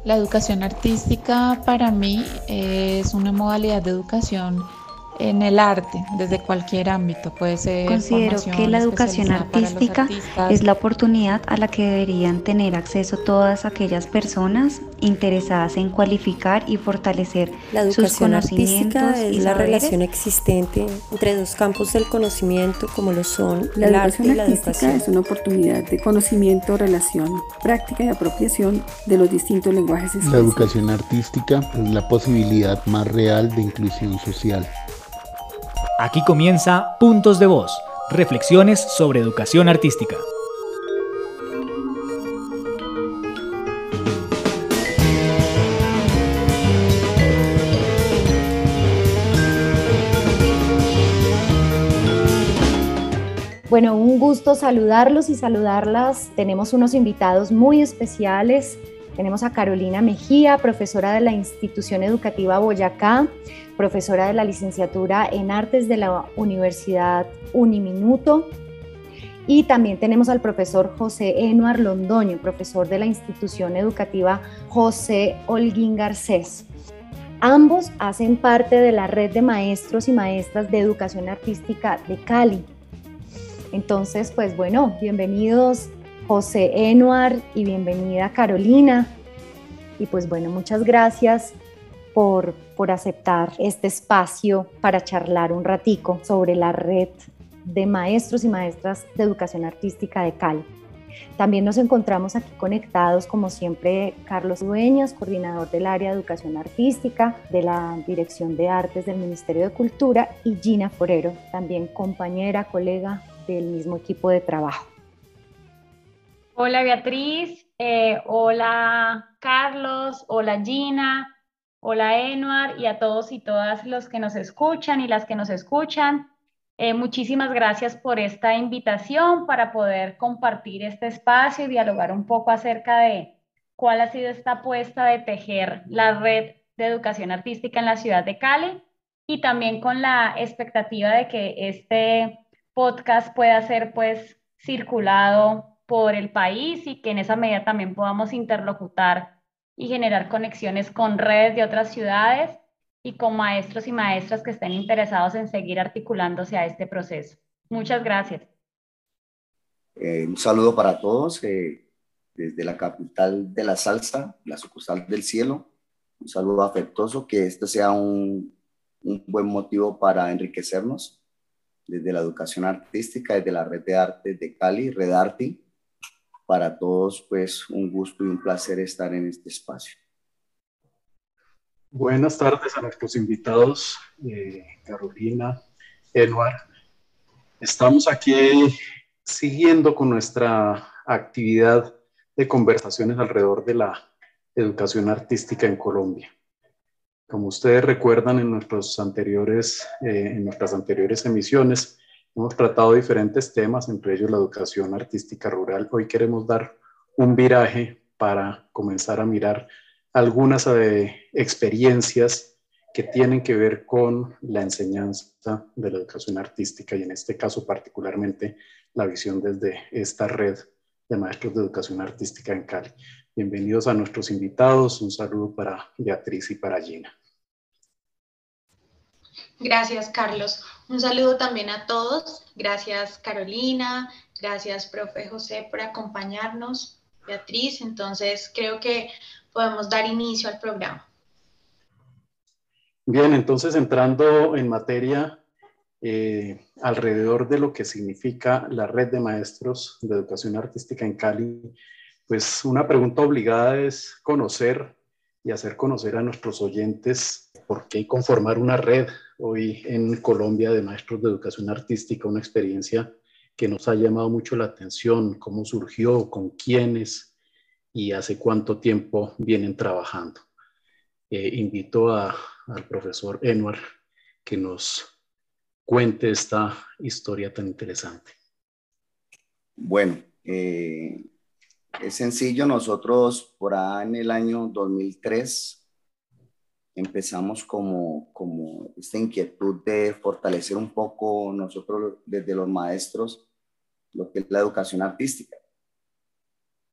La educación artística para mí es una modalidad de educación en el arte, desde cualquier ámbito. Puede ser Considero que formación la educación especializada para los artística artistas. es la oportunidad a la que deberían tener acceso todas aquellas personas interesadas en cualificar y fortalecer La sus educación artística conocimientos es y la saberes. relación existente entre dos campos del conocimiento como lo son La el arte educación y la artística educación. es una oportunidad de conocimiento, relación, práctica y apropiación de los distintos lenguajes La expresivos. educación artística es la posibilidad más real de inclusión social. Aquí comienza Puntos de Voz, reflexiones sobre educación artística. Bueno, un gusto saludarlos y saludarlas. Tenemos unos invitados muy especiales. Tenemos a Carolina Mejía, profesora de la Institución Educativa Boyacá, profesora de la licenciatura en Artes de la Universidad Uniminuto. Y también tenemos al profesor José Enuar Londoño, profesor de la Institución Educativa José Holguín Garcés. Ambos hacen parte de la red de maestros y maestras de educación artística de Cali. Entonces, pues bueno, bienvenidos José Enuar y bienvenida Carolina. Y pues bueno, muchas gracias por aceptar este espacio para charlar un ratico sobre la red de maestros y maestras de educación artística de Cali. También nos encontramos aquí conectados, como siempre, Carlos Dueñas, coordinador del área de educación artística de la Dirección de Artes del Ministerio de Cultura, y Gina Forero, también compañera, colega del mismo equipo de trabajo. Hola Beatriz, hola Carlos, hola Gina, hola Enuar y a todos y todas los que nos escuchan y las que nos escuchan. Muchísimas gracias por esta invitación para poder compartir este espacio y dialogar un poco acerca de cuál ha sido esta apuesta de tejer la red de educación artística en la ciudad de Cali y también con la expectativa de que este podcast pueda ser pues circulado por el país y que en esa medida también podamos interlocutar y generar conexiones con redes de otras ciudades y con maestros y maestras que estén interesados en seguir articulándose a este proceso. Muchas gracias. Un saludo para todos desde la capital de la salsa, la sucursal del cielo. Un saludo afectuoso, que este sea un buen motivo para enriquecernos desde la educación artística, desde la red de artes de Cali, Red Arti. Para todos, pues, un gusto y un placer estar en este espacio. Buenas tardes a nuestros invitados, Carolina, Enuar. Estamos aquí siguiendo con nuestra actividad de conversaciones alrededor de la educación artística en Colombia. Como ustedes recuerdan, en nuestras anteriores emisiones hemos tratado diferentes temas, entre ellos la educación artística rural. Hoy queremos dar un viraje para comenzar a mirar algunas experiencias que tienen que ver con la enseñanza de la educación artística y en este caso particularmente la visión desde esta red de maestros de educación artística en Cali. Bienvenidos a nuestros invitados. Un saludo para Beatriz y para Gina. Gracias, Carlos. Un saludo también a todos. Gracias, Carolina. Gracias, profe José, por acompañarnos. Beatriz, entonces creo que podemos dar inicio al programa. Bien, entonces entrando en materia alrededor de lo que significa la red de maestros de educación artística en Cali, pues una pregunta obligada es conocer y hacer conocer a nuestros oyentes por qué conformar una red hoy en Colombia de maestros de educación artística, una experiencia que nos ha llamado mucho la atención, cómo surgió, con quiénes y hace cuánto tiempo vienen trabajando. Invito al profesor Enuar que nos cuente esta historia tan interesante. Bueno, es sencillo. Nosotros por ahí en el año 2003 empezamos como esta inquietud de fortalecer un poco nosotros desde los maestros lo que es la educación artística.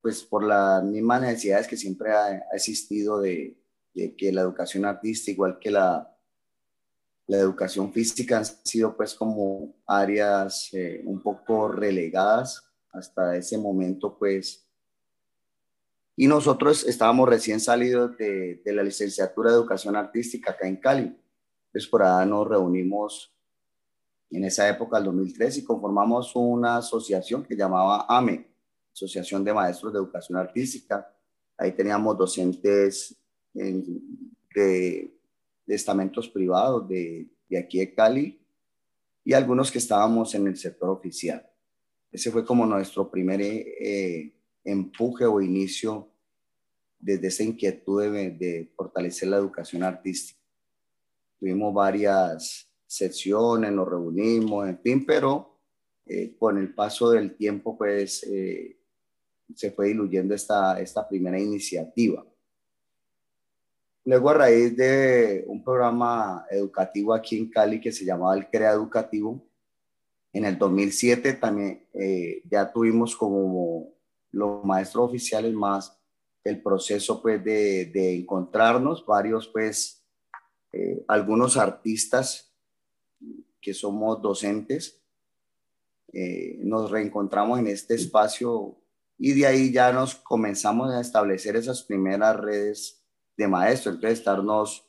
pues por las mismas necesidades que siempre ha existido de que la educación artística, igual que la educación física, han sido pues como áreas un poco relegadas hasta ese momento, pues. Y nosotros estábamos recién salidos de la licenciatura de educación artística acá en Cali. Entonces por ahí nos reunimos en esa época, el 2003, y conformamos una asociación que llamaba AME, Asociación de Maestros de Educación Artística. Ahí teníamos docentes de estamentos privados de aquí de Cali y algunos que estábamos en el sector oficial. Ese fue como nuestro primer empuje o inicio desde esa inquietud de fortalecer la educación artística. Tuvimos varias sesiones, nos reunimos, en fin, pero con el paso del tiempo, pues, se fue diluyendo esta primera iniciativa. Luego, a raíz de un programa educativo aquí en Cali que se llamaba el CREA Educativo, en el 2007 también ya tuvimos como los maestros oficiales más el proceso, pues, de encontrarnos varios, pues, algunos artistas que somos docentes, nos reencontramos en este espacio y de ahí ya nos comenzamos a establecer esas primeras redes de maestros, entonces estarnos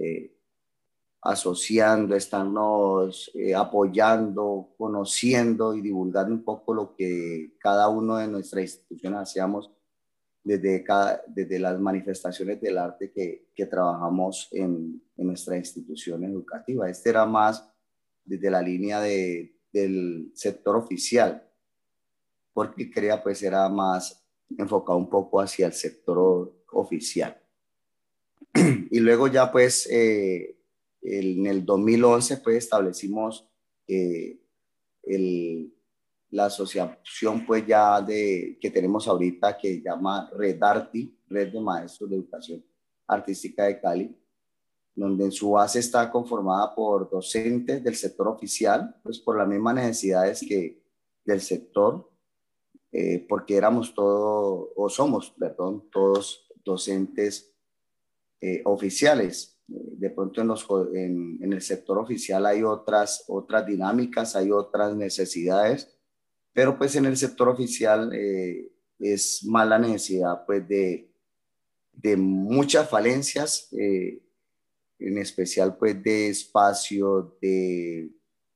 asociando, estarnos apoyando, conociendo y divulgando un poco lo que cada uno de nuestras instituciones hacíamos desde las manifestaciones del arte que trabajamos en nuestra institución educativa. Este era más desde la línea del sector oficial, porque CREA pues era más enfocado un poco hacia el sector oficial. Y luego ya pues en el 2011 pues establecimos la asociación pues ya que tenemos ahorita, que se llama Redarti, Red de Maestros de Educación Artística de Cali, donde en su base está conformada por docentes del sector oficial, pues por las mismas necesidades que del sector, porque éramos todos, o somos, perdón, todos docentes oficiales. De pronto en el sector oficial hay otras dinámicas, hay otras necesidades, pero pues en el sector oficial es más la necesidad pues de muchas falencias, en especial pues de espacio, de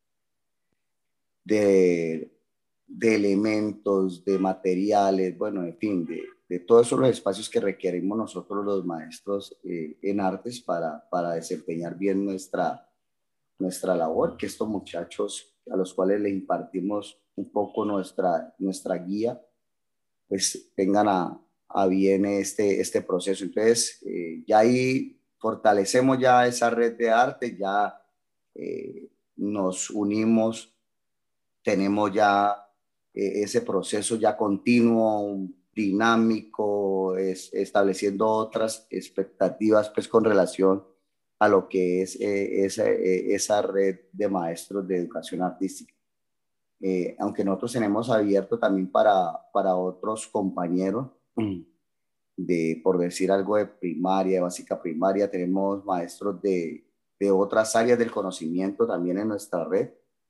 elementos, de materiales, bueno, en fin, de todos esos los espacios que requerimos nosotros los maestros en artes para desempeñar bien nuestra labor, que estos muchachos a los cuales le impartimos un poco nuestra guía, pues tengan a bien este proceso. Entonces, ya ahí fortalecemos ya esa red de arte, ya nos unimos, tenemos ya ese proceso ya continuo, dinámico, estableciendo otras expectativas pues con relación a lo que es esa red de maestros de educación artística. Aunque nosotros tenemos abierto también para otros compañeros, por decir algo de primaria, de básica primaria, tenemos maestros de otras áreas del conocimiento también en nuestra red.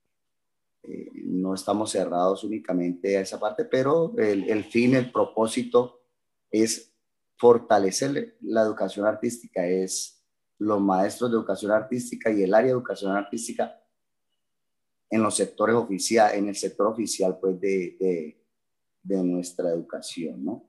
No estamos cerrados únicamente a esa parte, pero el fin, el propósito es fortalecer la educación artística, es los maestros de educación artística y el área de educación artística en los sectores oficiales, en el sector oficial pues de nuestra educación, ¿no?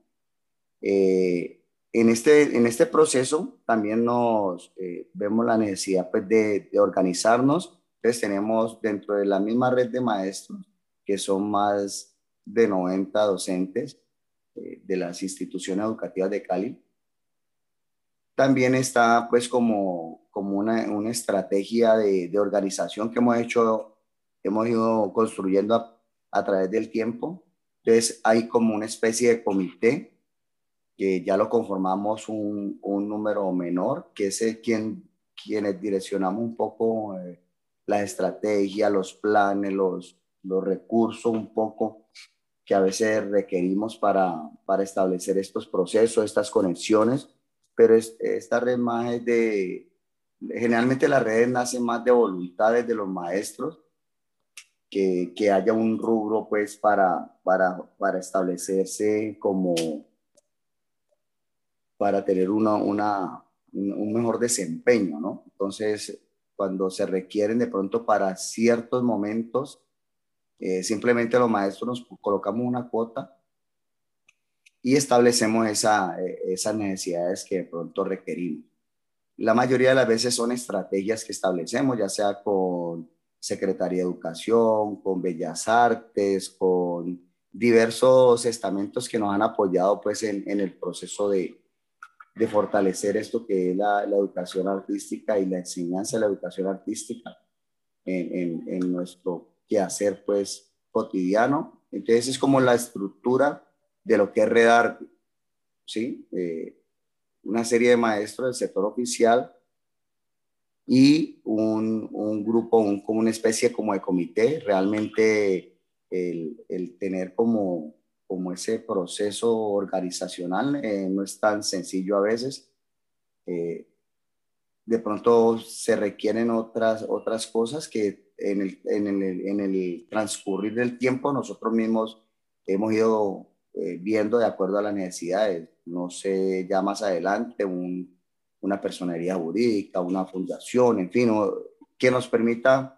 En este proceso también vemos la necesidad pues de organizarnos. Entonces tenemos dentro de la misma red de maestros, que son más de 90 docentes de las instituciones educativas de Cali, también está pues como una estrategia de organización que hemos ido construyendo a través del tiempo. Entonces hay como una especie de comité que ya lo conformamos un número menor, que es quienes direccionamos un poco la estrategia, los planes, los recursos un poco que a veces requerimos para establecer estos procesos, estas conexiones, pero esta red más es generalmente las redes nacen más de voluntades de los maestros, que haya un rubro pues para establecerse como, para tener un mejor desempeño, ¿no? Entonces, cuando se requieren de pronto para ciertos momentos, simplemente los maestros nos colocamos una cuota y establecemos esas necesidades que de pronto requerimos. La mayoría de las veces son estrategias que establecemos, ya sea con Secretaría de Educación, con Bellas Artes, con diversos estamentos que nos han apoyado pues en el proceso de fortalecer esto que es la educación artística y la enseñanza de la educación artística en nuestro quehacer pues cotidiano. Entonces es como la estructura de lo que es Red Arte, ¿sí? Una serie de maestros del sector oficial y un grupo, como una especie como de comité. Realmente el tener como ese proceso organizacional no es tan sencillo a veces. De pronto se requieren otras cosas que en el transcurrir del tiempo nosotros mismos hemos ido viendo de acuerdo a las necesidades. No sé, ya más adelante una personería jurídica, una fundación, en fin, que nos permita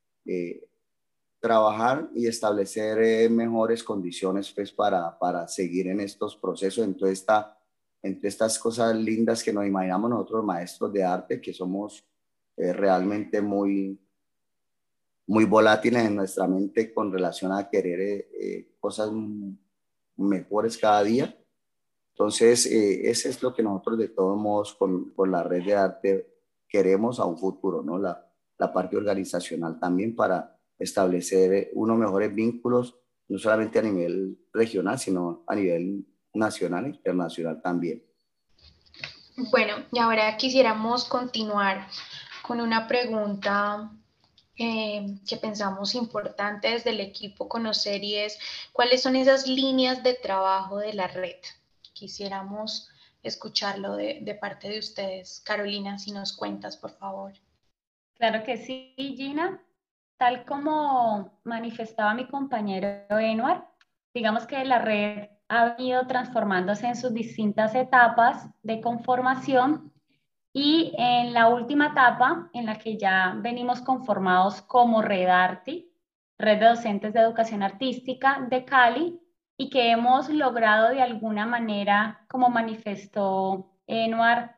trabajar y establecer mejores condiciones pues, para seguir en estos procesos, entre estas cosas lindas que nos imaginamos nosotros maestros de arte, que somos realmente muy, muy volátiles en nuestra mente con relación a querer cosas mejores cada día. Entonces, ese es lo que nosotros de todos modos con la red de arte queremos a un futuro, ¿no? La parte organizacional también para establecer unos mejores vínculos, no solamente a nivel regional, sino a nivel nacional e internacional también. Bueno, y ahora quisiéramos continuar con una pregunta que pensamos importante desde el equipo conocer, y es ¿cuáles son esas líneas de trabajo de la red? Quisiéramos escucharlo de parte de ustedes. Carolina, si nos cuentas, por favor. Claro que sí, Gina. Tal como manifestaba mi compañero Enuar, digamos que la red ha venido transformándose en sus distintas etapas de conformación, y en la última etapa en la que ya venimos conformados como Red Arti, Red de Docentes de Educación Artística de Cali, y que hemos logrado de alguna manera, como manifestó Enuar,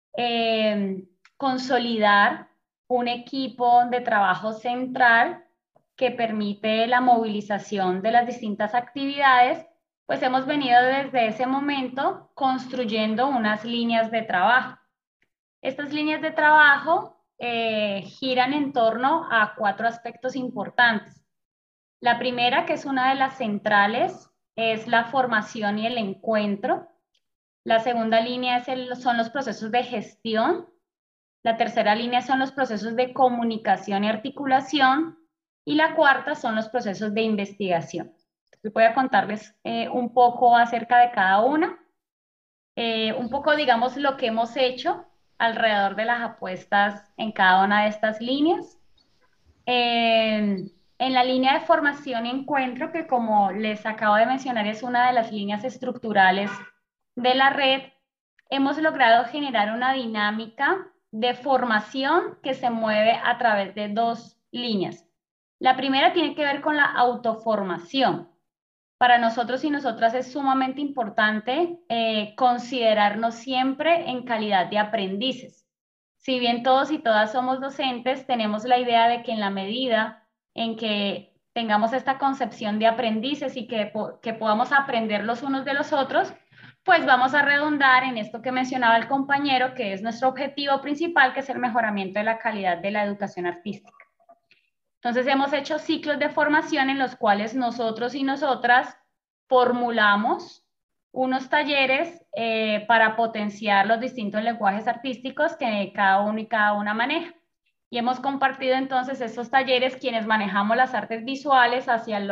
consolidar un equipo de trabajo central que permite la movilización de las distintas actividades, pues hemos venido desde ese momento construyendo unas líneas de trabajo. Estas líneas de trabajo giran en torno a 4 aspectos importantes. La primera, que es una de las centrales, es la formación y el encuentro. La segunda línea son los procesos de gestión. La tercera línea son los procesos de comunicación y articulación. Y la cuarta son los procesos de investigación. Entonces voy a contarles un poco acerca de cada una. Un poco, digamos, lo que hemos hecho alrededor de las apuestas en cada una de estas líneas. En la línea de formación y encuentro, que como les acabo de mencionar es una de las líneas estructurales de la red, hemos logrado generar una dinámica de formación que se mueve a través de 2 líneas. La primera tiene que ver con la autoformación. Para nosotros y nosotras es sumamente importante considerarnos siempre en calidad de aprendices. Si bien todos y todas somos docentes, tenemos la idea de que en la medida en que tengamos esta concepción de aprendices y que podamos aprender los unos de los otros, pues vamos a redundar en esto que mencionaba el compañero, que es nuestro objetivo principal, que es el mejoramiento de la calidad de la educación artística. Entonces hemos hecho ciclos de formación en los cuales nosotros y nosotras formulamos unos talleres para potenciar los distintos lenguajes artísticos que cada uno y cada una maneja. Y hemos compartido entonces estos talleres, quienes manejamos las artes visuales, hacia los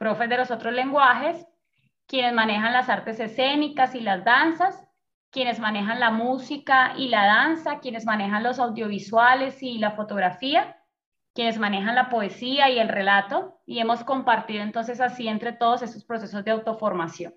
profes de los otros lenguajes, quienes manejan las artes escénicas y las danzas, quienes manejan la música y la danza, quienes manejan los audiovisuales y la fotografía, quienes manejan la poesía y el relato, y hemos compartido entonces así entre todos esos procesos de autoformación.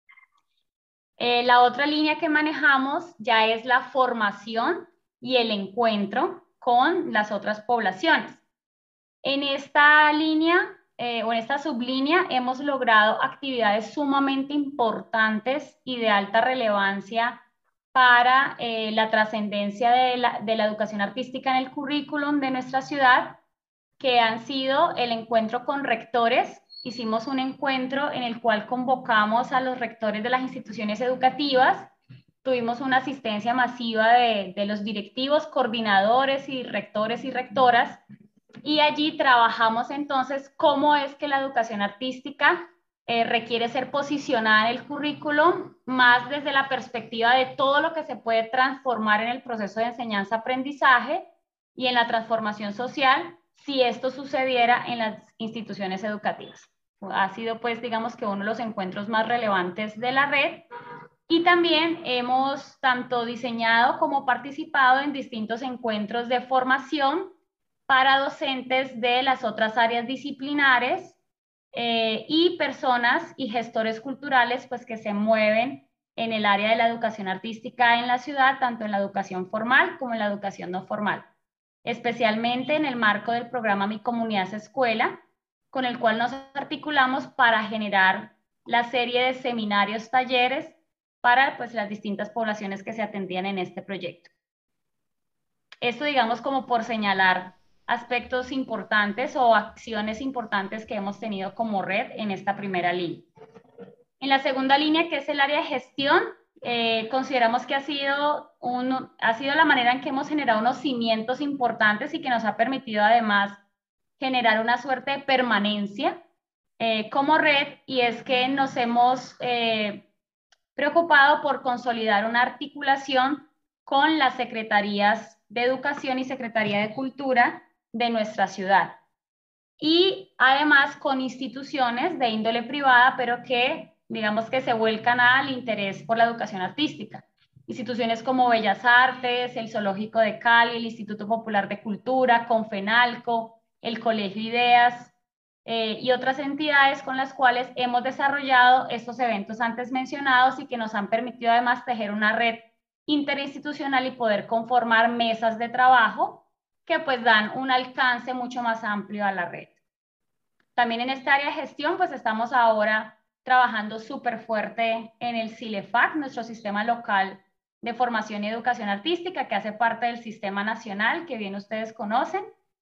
La otra línea que manejamos ya es la formación y el encuentro con las otras poblaciones. En esta línea o en esta sublínea hemos logrado actividades sumamente importantes y de alta relevancia para la trascendencia de la educación artística en el currículum de nuestra ciudad, que han sido el encuentro con rectores. Hicimos un encuentro en el cual convocamos a los rectores de las instituciones educativas, tuvimos una asistencia masiva de los directivos, coordinadores y rectores y rectoras, y allí trabajamos entonces cómo es que la educación artística requiere ser posicionada en el currículum, más desde la perspectiva de todo lo que se puede transformar en el proceso de enseñanza-aprendizaje y en la transformación social, si esto sucediera en las instituciones educativas. Ha sido, pues, digamos que uno de los encuentros más relevantes de la red, y también hemos tanto diseñado como participado en distintos encuentros de formación para docentes de las otras áreas disciplinares y personas y gestores culturales, pues, que se mueven en el área de la educación artística en la ciudad, tanto en la educación formal como en la educación no formal, especialmente en el marco del programa Mi Comunidad es Escuela, con el cual nos articulamos para generar la serie de seminarios, talleres para, pues, las distintas poblaciones que se atendían en este proyecto. Esto, digamos, como por señalar aspectos importantes o acciones importantes que hemos tenido como red en esta primera línea. En la segunda línea, que es el área de gestión, consideramos que ha sido la manera en que hemos generado unos cimientos importantes y que nos ha permitido además generar una suerte de permanencia como red, y es que nos hemos preocupado por consolidar una articulación con las secretarías de Educación y Secretaría de Cultura de nuestra ciudad, y además con instituciones de índole privada, pero que, digamos, que se vuelcan al interés por la educación artística. Instituciones como Bellas Artes, el Zoológico de Cali, el Instituto Popular de Cultura, Confenalco, el Colegio Ideas y otras entidades con las cuales hemos desarrollado estos eventos antes mencionados y que nos han permitido además tejer una red interinstitucional y poder conformar mesas de trabajo que, pues, dan un alcance mucho más amplio a la red. También en esta área de gestión, pues, estamos ahora trabajando súper fuerte en el CILEFAC, nuestro sistema local de formación y educación artística, que hace parte del sistema nacional, que bien ustedes conocen,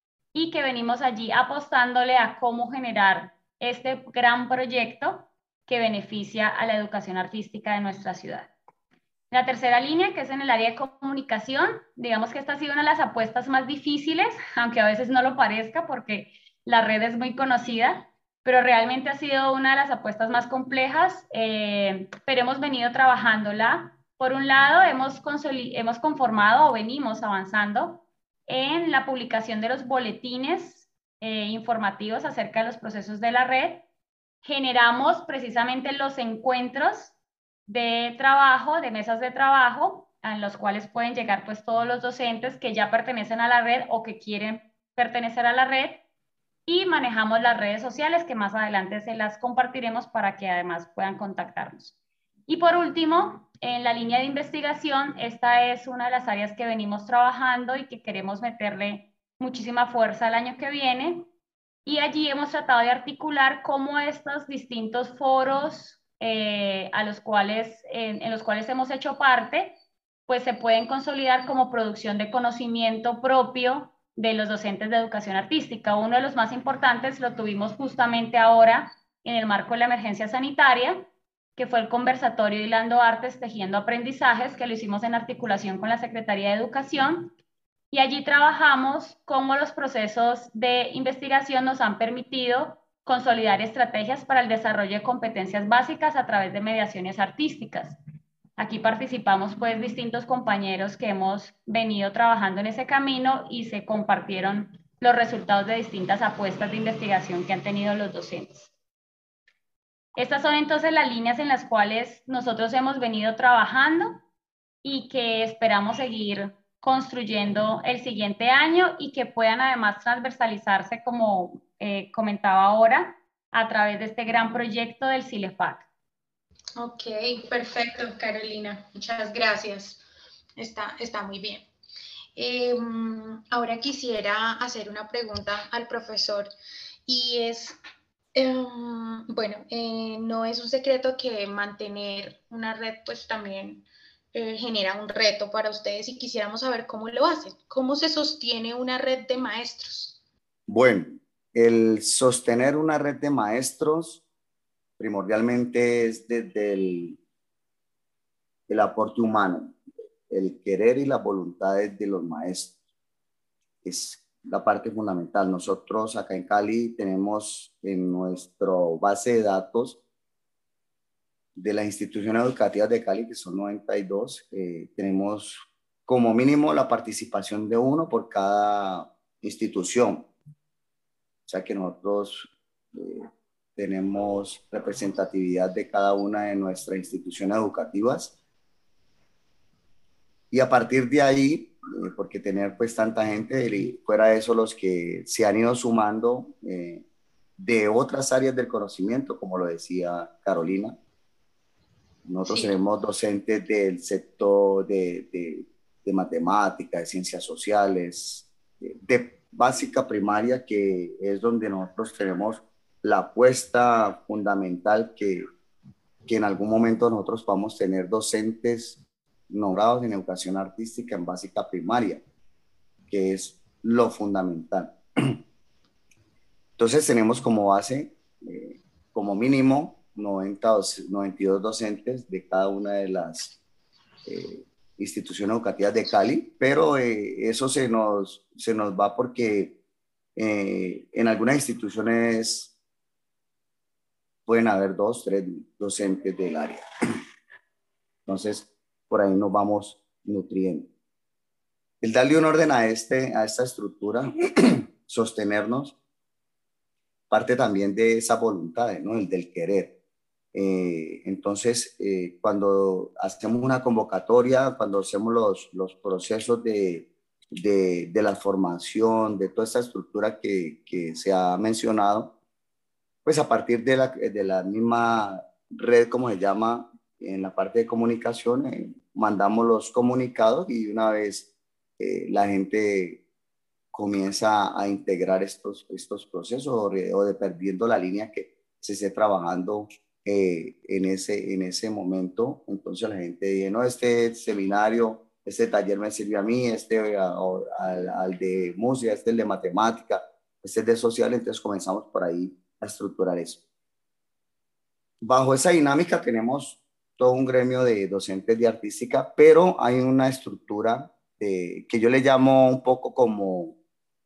y que venimos allí apostándole a cómo generar este gran proyecto que beneficia a la educación artística de nuestra ciudad. La tercera línea, que es en el área de comunicación, digamos que esta ha sido una de las apuestas más difíciles, aunque a veces no lo parezca porque la red es muy conocida, pero realmente ha sido una de las apuestas más complejas, pero hemos venido trabajándola. Por un lado, hemos conformado o venimos avanzando en la publicación de los boletines informativos acerca de los procesos de la red. Generamos precisamente los encuentros de trabajo, de mesas de trabajo, en los cuales pueden llegar, pues, todos los docentes que ya pertenecen a la red o que quieren pertenecer a la red, y manejamos las redes sociales, que más adelante se las compartiremos para que además puedan contactarnos. Y por último, en la línea de investigación, esta es una de las áreas que venimos trabajando y que queremos meterle muchísima fuerza el año que viene, y allí hemos tratado de articular cómo estos distintos foros en los cuales hemos hecho parte, pues se pueden consolidar como producción de conocimiento propio de los docentes de educación artística. Uno de los más importantes lo tuvimos justamente ahora en el marco de la emergencia sanitaria, que fue el conversatorio Hilando Artes, Tejiendo Aprendizajes, que lo hicimos en articulación con la Secretaría de Educación, y allí trabajamos cómo los procesos de investigación nos han permitido consolidar estrategias para el desarrollo de competencias básicas a través de mediaciones artísticas. Aquí participamos, pues, distintos compañeros que hemos venido trabajando en ese camino y se compartieron los resultados de distintas apuestas de investigación que han tenido los docentes. Estas son entonces las líneas en las cuales nosotros hemos venido trabajando y que esperamos seguir construyendo el siguiente año y que puedan además transversalizarse, como comentaba ahora, a través de este gran proyecto del CILEFAC. Ok, perfecto, Carolina. Muchas gracias. Está muy bien. Ahora quisiera hacer una pregunta al profesor y es, bueno, no es un secreto que mantener una red pues también genera un reto para ustedes y quisiéramos saber cómo lo hacen, cómo se sostiene una red de maestros. Bueno, el sostener una red de maestros primordialmente es desde el aporte humano, el querer y las voluntades de los maestros. Es la parte fundamental. Nosotros acá en Cali tenemos en nuestro base de datos de las instituciones educativas de Cali, que son 92, tenemos como mínimo la participación de uno por cada institución. O sea que nosotros tenemos representatividad de cada una de nuestras instituciones educativas. Y a partir de ahí, porque tener pues tanta gente, fuera de eso los que se han ido sumando de otras áreas del conocimiento, como lo decía Carolina. Nosotros tenemos docentes del sector de matemáticas, de ciencias sociales, de básica primaria, que es donde nosotros tenemos la apuesta fundamental que en algún momento nosotros vamos a tener docentes nombrados en educación artística en básica primaria, que es lo fundamental. Entonces tenemos como base, como mínimo, 92 docentes de cada una de las instituciones educativas de Cali, pero eso se nos va porque en algunas instituciones pueden haber 2, 3 docentes del área. Entonces, por ahí nos vamos nutriendo. El darle un orden a esta estructura, sostenernos, parte también de esa voluntad, ¿no? El del querer. Entonces, cuando hacemos una convocatoria, cuando hacemos los procesos de la formación, de toda esta estructura que se ha mencionado, pues a partir de la misma red, como se llama, en la parte de comunicación, mandamos los comunicados y una vez la gente comienza a integrar estos procesos o dependiendo la línea que se esté trabajando en ese momento. Entonces la gente dice, no, este seminario, este taller me sirvió a mí, al de música, este el de matemática, este es de social, entonces comenzamos por ahí a estructurar eso. Bajo esa dinámica tenemos todo un gremio de docentes de artística, pero hay una estructura que yo le llamo un poco como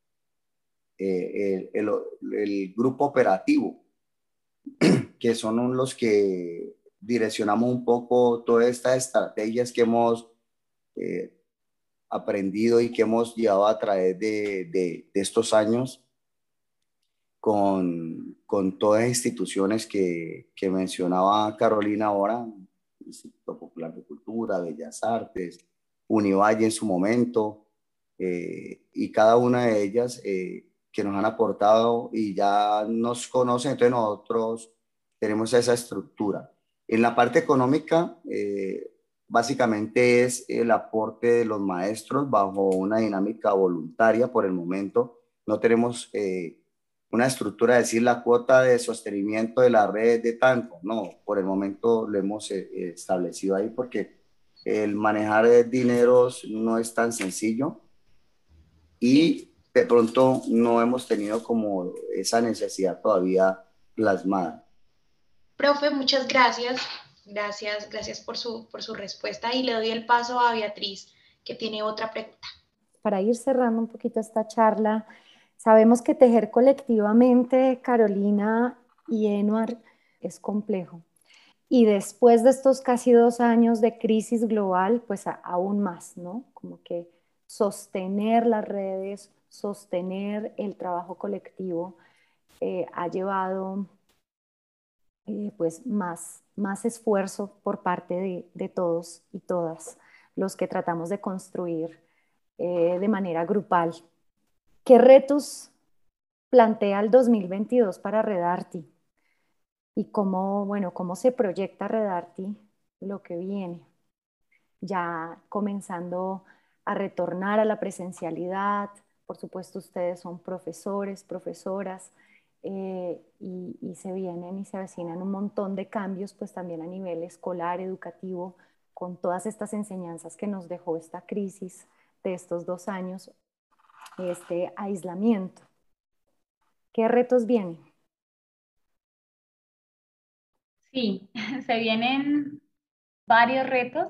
el grupo operativo, que son los que direccionamos un poco todas estas estrategias que hemos aprendido y que hemos llevado a través de estos años con todas las instituciones que mencionaba Carolina ahora, Instituto Popular de Cultura, Bellas Artes, Univalle en su momento, y cada una de ellas que nos han aportado y ya nos conocen, entonces nosotros tenemos esa estructura. En la parte económica, básicamente es el aporte de los maestros bajo una dinámica voluntaria por el momento. No tenemos una estructura de decir la cuota de sostenimiento de la red de tanto. No, por el momento lo hemos establecido ahí porque el manejar dineros no es tan sencillo y de pronto no hemos tenido como esa necesidad todavía plasmada. Profe, muchas gracias. Gracias por su respuesta y le doy el paso a Beatriz, que tiene otra pregunta. Para ir cerrando un poquito esta charla, sabemos que tejer colectivamente, Carolina y Enuar, es complejo. Y después de estos casi 2 años de crisis global, pues aún más, ¿no? Como que sostener las redes, sostener el trabajo colectivo ha llevado pues más esfuerzo por parte de todos y todas los que tratamos de construir de manera grupal. ¿Qué retos plantea el 2022 para Redarti? Y cómo se proyecta Redarti lo que viene, ya comenzando a retornar a la presencialidad. Por supuesto, ustedes son profesores, profesoras, y se vienen y se avecinan un montón de cambios, pues también a nivel escolar, educativo, con todas estas enseñanzas que nos dejó esta crisis de estos 2 años, este aislamiento. ¿Qué retos vienen? Sí, se vienen varios retos,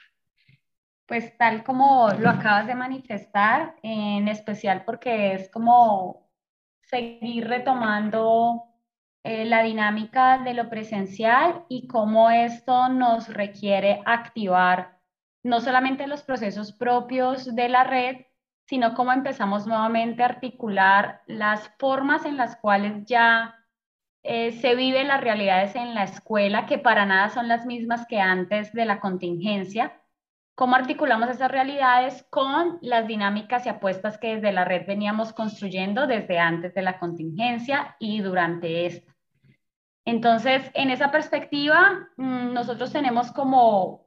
pues tal como lo acabas de manifestar, en especial porque es como seguir retomando la dinámica de lo presencial y cómo esto nos requiere activar no solamente los procesos propios de la red, sino cómo empezamos nuevamente a articular las formas en las cuales ya se viven las realidades en la escuela, que para nada son las mismas que antes de la contingencia. ¿Cómo articulamos esas realidades con las dinámicas y apuestas que desde la red veníamos construyendo desde antes de la contingencia y durante esta? Entonces, en esa perspectiva, nosotros tenemos como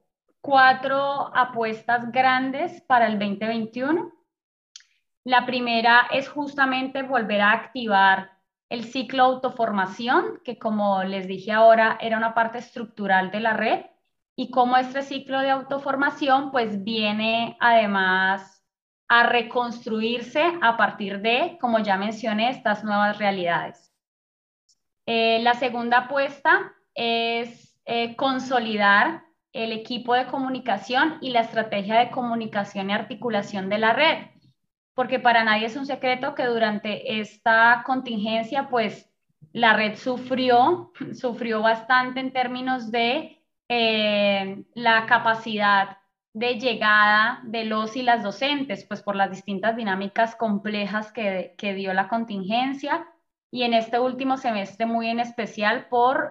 4 apuestas grandes para el 2021. La primera es justamente volver a activar el ciclo autoformación, que como les dije ahora, era una parte estructural de la red, y cómo este ciclo de autoformación pues viene además a reconstruirse a partir de, como ya mencioné, estas nuevas realidades. La segunda apuesta es consolidar el equipo de comunicación y la estrategia de comunicación y articulación de la red, porque para nadie es un secreto que durante esta contingencia, pues la red sufrió bastante en términos de la capacidad de llegada de los y las docentes, pues por las distintas dinámicas complejas que dio la contingencia, y en este último semestre muy en especial por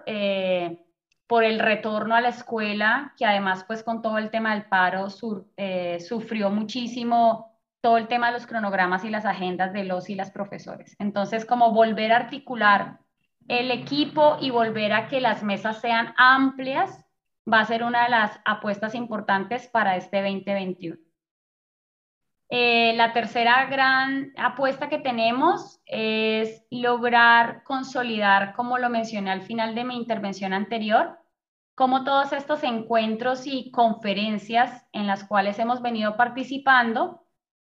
el retorno a la escuela, que además pues con todo el tema del paro sufrió muchísimo todo el tema de los cronogramas y las agendas de los y las profesores. Entonces, como volver a articular el equipo y volver a que las mesas sean amplias, va a ser una de las apuestas importantes para este 2021. La tercera gran apuesta que tenemos es lograr consolidar, como lo mencioné al final de mi intervención anterior, cómo todos estos encuentros y conferencias en las cuales hemos venido participando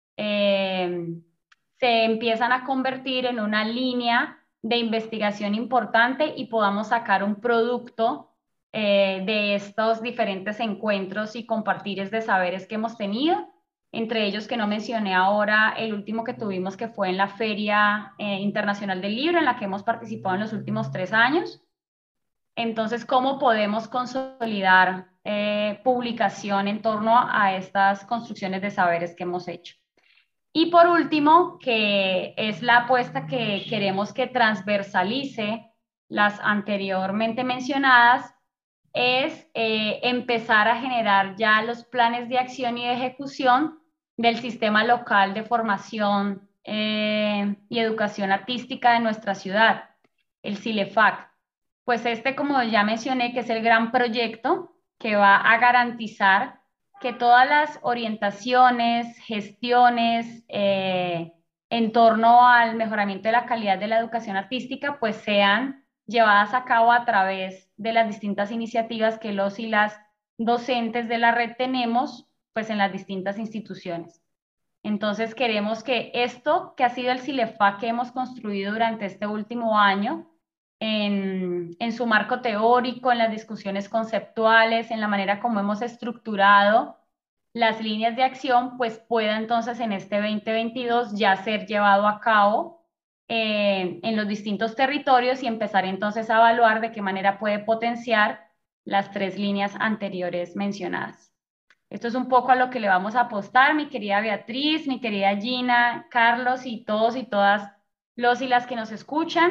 se empiezan a convertir en una línea de investigación importante y podamos sacar un producto de estos diferentes encuentros y compartires de saberes que hemos tenido, entre ellos que no mencioné ahora, el último que tuvimos, que fue en la Feria Internacional del Libro, en la que hemos participado en los últimos 3 años. Entonces, ¿cómo podemos consolidar publicación en torno a estas construcciones de saberes que hemos hecho? Y por último, que es la apuesta que queremos que transversalice las anteriormente mencionadas, es empezar a generar ya los planes de acción y de ejecución del sistema local de formación y educación artística de nuestra ciudad, el CILEFAC. Pues como ya mencioné, que es el gran proyecto que va a garantizar que todas las orientaciones, gestiones en torno al mejoramiento de la calidad de la educación artística, pues sean llevadas a cabo a través de las distintas iniciativas que los y las docentes de la red tenemos, pues en las distintas instituciones. Entonces queremos que esto que ha sido el CILEFAC que hemos construido durante este último año, en su marco teórico, en las discusiones conceptuales, en la manera como hemos estructurado las líneas de acción, pues pueda entonces en este 2022 ya ser llevado a cabo en los distintos territorios y empezar entonces a evaluar de qué manera puede potenciar las 3 líneas anteriores mencionadas. Esto es un poco a lo que le vamos a apostar, mi querida Beatriz, mi querida Gina, Carlos y todos y todas los y las que nos escuchan.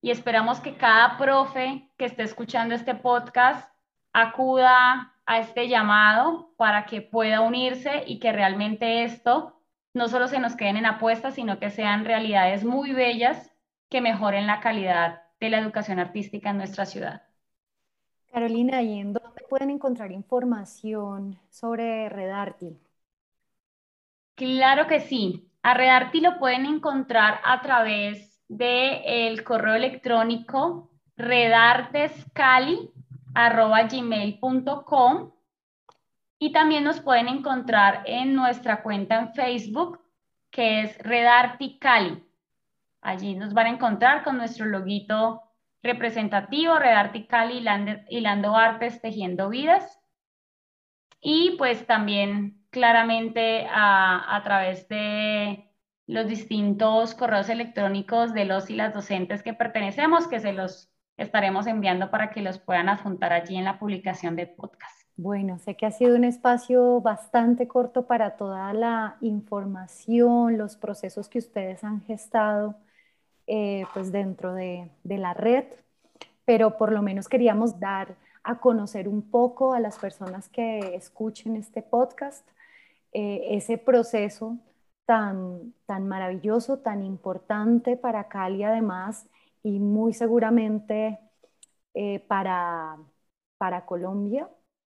y esperamos que cada profe que esté escuchando este podcast acuda a este llamado para que pueda unirse y que realmente esto no solo se nos queden en apuestas, sino que sean realidades muy bellas que mejoren la calidad de la educación artística en nuestra ciudad. Carolina, ¿y en dónde pueden encontrar información sobre Redarti? Claro que sí. A Redarti lo pueden encontrar a través del correo electrónico redartescali@gmail.com y también nos pueden encontrar en nuestra cuenta en Facebook, que es Redarti Cali. Allí nos van a encontrar con nuestro loguito representativo, Redarti Cali, hilando artes, tejiendo vidas. Y pues también claramente a través de los distintos correos electrónicos de los y las docentes que pertenecemos, que se los estaremos enviando para que los puedan adjuntar allí en la publicación del podcast. Bueno, sé que ha sido un espacio bastante corto para toda la información, los procesos que ustedes han gestado pues dentro de la red, pero por lo menos queríamos dar a conocer un poco a las personas que escuchen este podcast ese proceso tan maravilloso, tan importante para Cali además y muy seguramente para Colombia.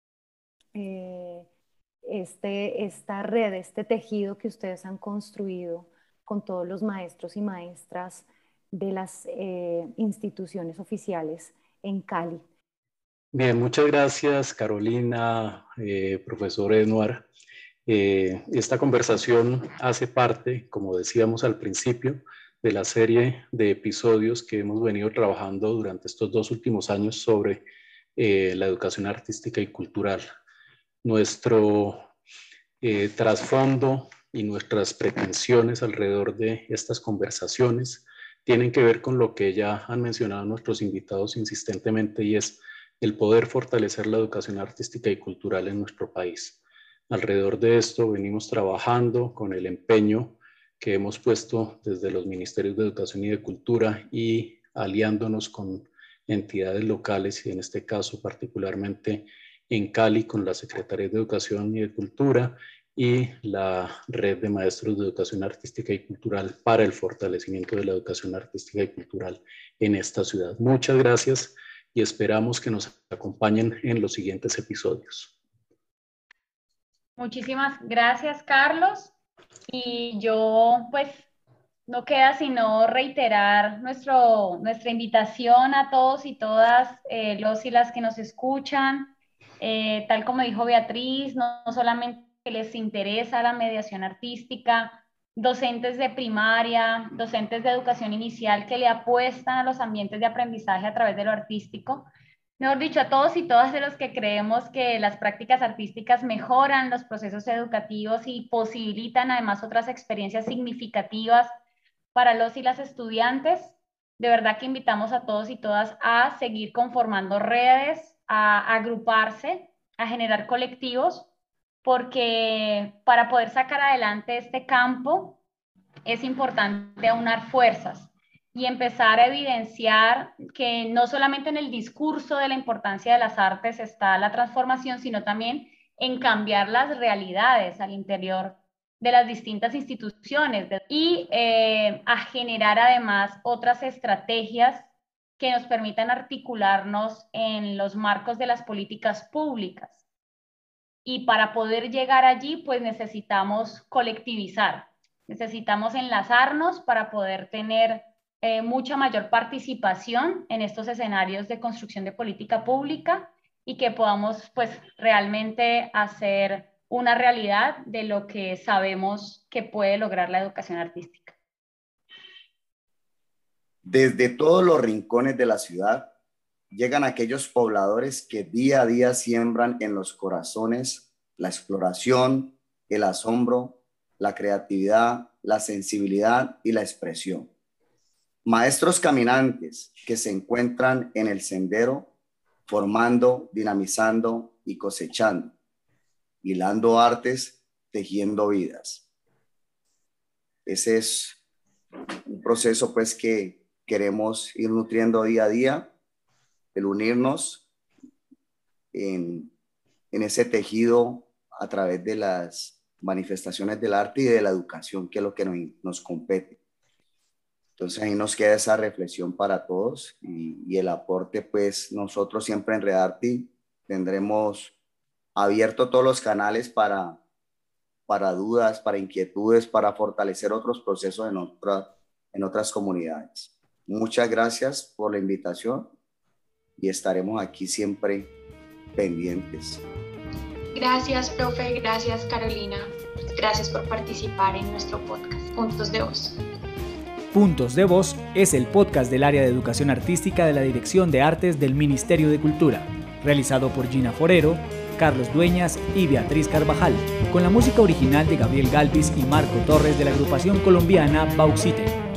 Esta red, este tejido que ustedes han construido con todos los maestros y maestras de las instituciones oficiales en Cali. Bien, muchas gracias Carolina, profesor Edouard. Esta conversación hace parte, como decíamos al principio, de la serie de episodios que hemos venido trabajando durante estos 2 últimos años sobre la educación artística y cultural. Nuestro trasfondo y nuestras pretensiones alrededor de estas conversaciones tienen que ver con lo que ya han mencionado nuestros invitados insistentemente, y es el poder fortalecer la educación artística y cultural en nuestro país. Alrededor de esto venimos trabajando con el empeño que hemos puesto desde los Ministerios de Educación y de Cultura y aliándonos con entidades locales, y en este caso particularmente en Cali con la Secretaría de Educación y de Cultura y la Red de Maestros de Educación Artística y Cultural para el fortalecimiento de la educación artística y cultural en esta ciudad. Muchas gracias y esperamos que nos acompañen en los siguientes episodios. Muchísimas gracias, Carlos. Y yo, pues, no queda sino reiterar nuestra invitación a todos y todas los y las que nos escuchan. Tal como dijo Beatriz, no solamente les interesa la mediación artística, docentes de primaria, docentes de educación inicial que le apuestan a los ambientes de aprendizaje a través de lo artístico. Mejor dicho, a todos y todas de los que creemos que las prácticas artísticas mejoran los procesos educativos y posibilitan además otras experiencias significativas para los y las estudiantes. De verdad que invitamos a todos y todas a seguir conformando redes, a agruparse, a generar colectivos, porque para poder sacar adelante este campo es importante aunar fuerzas y empezar a evidenciar que no solamente en el discurso de la importancia de las artes está la transformación, sino también en cambiar las realidades al interior de las distintas instituciones y a generar además otras estrategias que nos permitan articularnos en los marcos de las políticas públicas. Y para poder llegar allí, pues necesitamos colectivizar, necesitamos enlazarnos para poder tener mucha mayor participación en estos escenarios de construcción de política pública y que podamos pues realmente hacer una realidad de lo que sabemos que puede lograr la educación artística. Desde todos los rincones de la ciudad llegan aquellos pobladores que día a día siembran en los corazones la exploración, el asombro, la creatividad, la sensibilidad y la expresión. Maestros caminantes que se encuentran en el sendero, formando, dinamizando y cosechando, hilando artes, tejiendo vidas. Ese es un proceso pues que queremos ir nutriendo día a día, el unirnos en ese tejido a través de las manifestaciones del arte y de la educación, que es lo que nos compete. Entonces ahí nos queda esa reflexión para todos y el aporte, pues nosotros siempre en Redarti tendremos abierto todos los canales para dudas, para inquietudes, para fortalecer otros procesos en otras comunidades. Muchas gracias por la invitación y estaremos aquí siempre pendientes. Gracias, profe. Gracias, Carolina. Gracias por participar en nuestro podcast, Puntos de Voz. Puntos de Voz es el podcast del área de educación artística de la Dirección de Artes del Ministerio de Cultura, realizado por Gina Forero, Carlos Dueñas y Beatriz Carvajal, con la música original de Gabriel Galvis y Marco Torres de la agrupación colombiana Bauxite.